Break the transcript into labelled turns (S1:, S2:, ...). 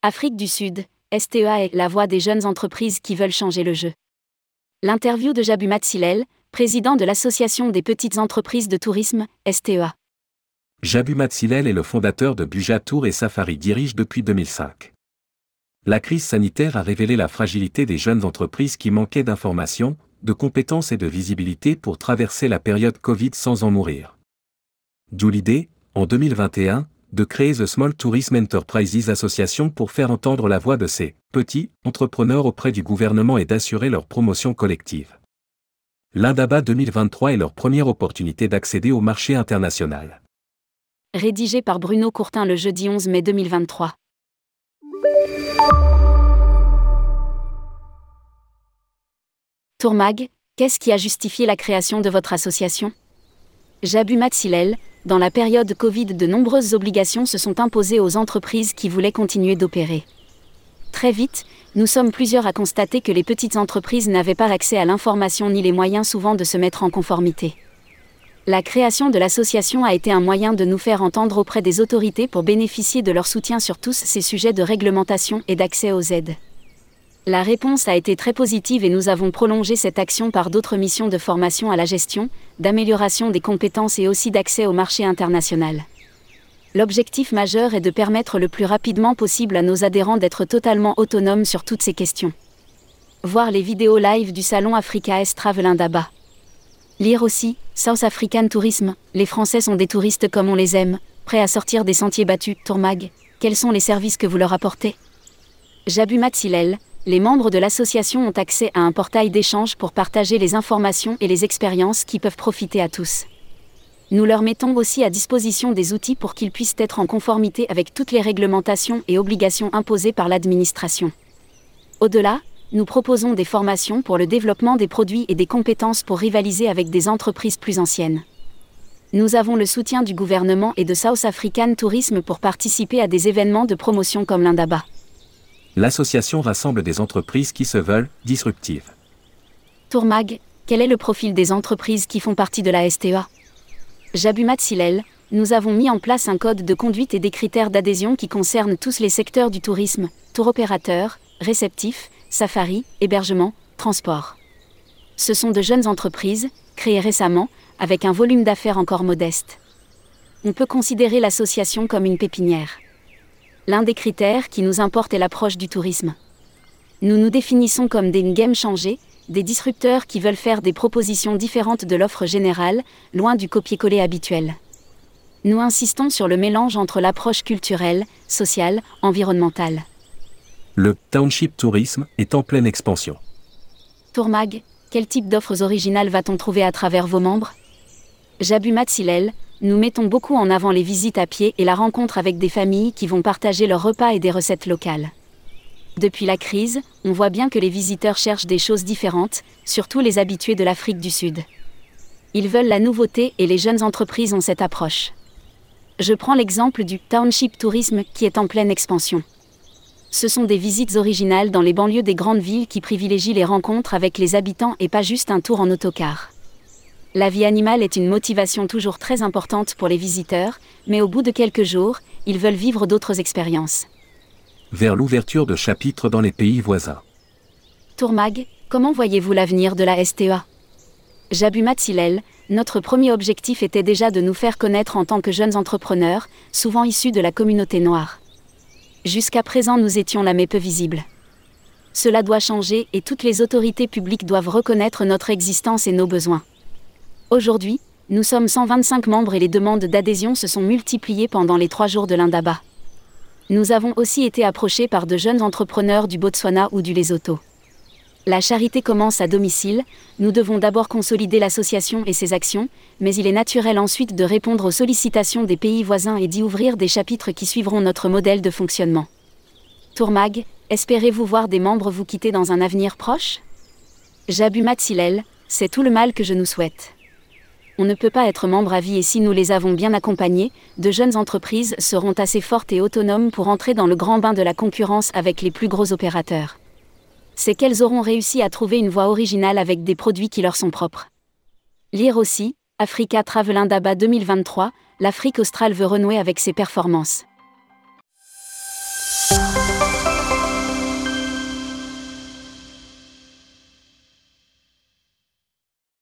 S1: Afrique du Sud, STEA est la voix des jeunes entreprises qui veulent changer le jeu. L'interview de Jabu Matsilel, président de l'Association des petites entreprises de tourisme, STEA.
S2: Jabu Matsilel est le fondateur de Buja Tour et Safari dirige depuis 2005. La crise sanitaire a révélé la fragilité des jeunes entreprises qui manquaient d'informations, de compétences et de visibilité pour traverser la période Covid sans en mourir. D'où l'idée, en 2021, de créer The Small Tourism Enterprises Association pour faire entendre la voix de ces petits entrepreneurs auprès du gouvernement et d'assurer leur promotion collective. L'Indaba 2023 est leur première opportunité d'accéder au marché international.
S1: Rédigé par Bruno Courtin le jeudi 11 mai 2023. Tourmag, qu'est-ce qui a justifié la création de votre association ? Jabu Matsilel, dans la période Covid, de nombreuses obligations se sont imposées aux entreprises qui voulaient continuer d'opérer. Très vite, nous sommes plusieurs à constater que les petites entreprises n'avaient pas accès à l'information ni les moyens souvent de se mettre en conformité. La création de l'association a été un moyen de nous faire entendre auprès des autorités pour bénéficier de leur soutien sur tous ces sujets de réglementation et d'accès aux aides. La réponse a été très positive et nous avons prolongé cette action par d'autres missions de formation à la gestion, d'amélioration des compétences et aussi d'accès au marché international. L'objectif majeur est de permettre le plus rapidement possible à nos adhérents d'être totalement autonomes sur toutes ces questions. Voir les vidéos live du salon Africa S Travel Indaba. Lire aussi South African Tourism, les Français sont des touristes comme on les aime, prêts à sortir des sentiers battus. Tourmag, quels sont les services que vous leur apportez ? Jabu Matsilel, les membres de l'association ont accès à un portail d'échange pour partager les informations et les expériences qui peuvent profiter à tous. Nous leur mettons aussi à disposition des outils pour qu'ils puissent être en conformité avec toutes les réglementations et obligations imposées par l'administration. Au-delà, nous proposons des formations pour le développement des produits et des compétences pour rivaliser avec des entreprises plus anciennes. Nous avons le soutien du gouvernement et de South African Tourism pour participer à des événements de promotion comme l'Indaba.
S2: L'association rassemble des entreprises qui se veulent disruptives.
S1: Tourmag, quel est le profil des entreprises qui font partie de la STEA ? Jabu Matsilel, nous avons mis en place un code de conduite et des critères d'adhésion qui concernent tous les secteurs du tourisme, tour opérateur, réceptif, safari, hébergement, transport. Ce sont de jeunes entreprises, créées récemment, avec un volume d'affaires encore modeste. On peut considérer l'association comme une pépinière. L'un des critères qui nous importe est l'approche du tourisme. Nous nous définissons comme des game changers, des disrupteurs qui veulent faire des propositions différentes de l'offre générale, loin du copier-coller habituel. Nous insistons sur le mélange entre l'approche culturelle, sociale, environnementale.
S2: Le township tourisme est en pleine expansion.
S1: Tourmag, quel type d'offres originales va-t-on trouver à travers vos membres ? Jabu Matsilel, nous mettons beaucoup en avant les visites à pied et la rencontre avec des familles qui vont partager leurs repas et des recettes locales. Depuis la crise, on voit bien que les visiteurs cherchent des choses différentes, surtout les habitués de l'Afrique du Sud. Ils veulent la nouveauté et les jeunes entreprises ont cette approche. Je prends l'exemple du township tourisme qui est en pleine expansion. Ce sont des visites originales dans les banlieues des grandes villes qui privilégient les rencontres avec les habitants et pas juste un tour en autocar. La vie animale est une motivation toujours très importante pour les visiteurs, mais au bout de quelques jours, ils veulent vivre d'autres expériences.
S2: Vers l'ouverture de chapitres dans les pays voisins.
S1: Tourmag, comment voyez-vous l'avenir de la STEA ? Jabu Matsilel, notre premier objectif était déjà de nous faire connaître en tant que jeunes entrepreneurs, souvent issus de la communauté noire. Jusqu'à présent nous étions là mais peu visibles. Cela doit changer et toutes les autorités publiques doivent reconnaître notre existence et nos besoins. Aujourd'hui, nous sommes 125 membres et les demandes d'adhésion se sont multipliées pendant les 3 jours de l'Indaba. Nous avons aussi été approchés par de jeunes entrepreneurs du Botswana ou du Lesotho. La charité commence à domicile, nous devons d'abord consolider l'association et ses actions, mais il est naturel ensuite de répondre aux sollicitations des pays voisins et d'y ouvrir des chapitres qui suivront notre modèle de fonctionnement. Tourmag, espérez-vous voir des membres vous quitter dans un avenir proche ? Jabu Matsilel, c'est tout le mal que je nous souhaite. On ne peut pas être membre à vie et si nous les avons bien accompagnés, de jeunes entreprises seront assez fortes et autonomes pour entrer dans le grand bain de la concurrence avec les plus gros opérateurs. C'est qu'elles auront réussi à trouver une voie originale avec des produits qui leur sont propres. Lire aussi, Africa Travel Indaba 2023, l'Afrique australe veut renouer avec ses performances.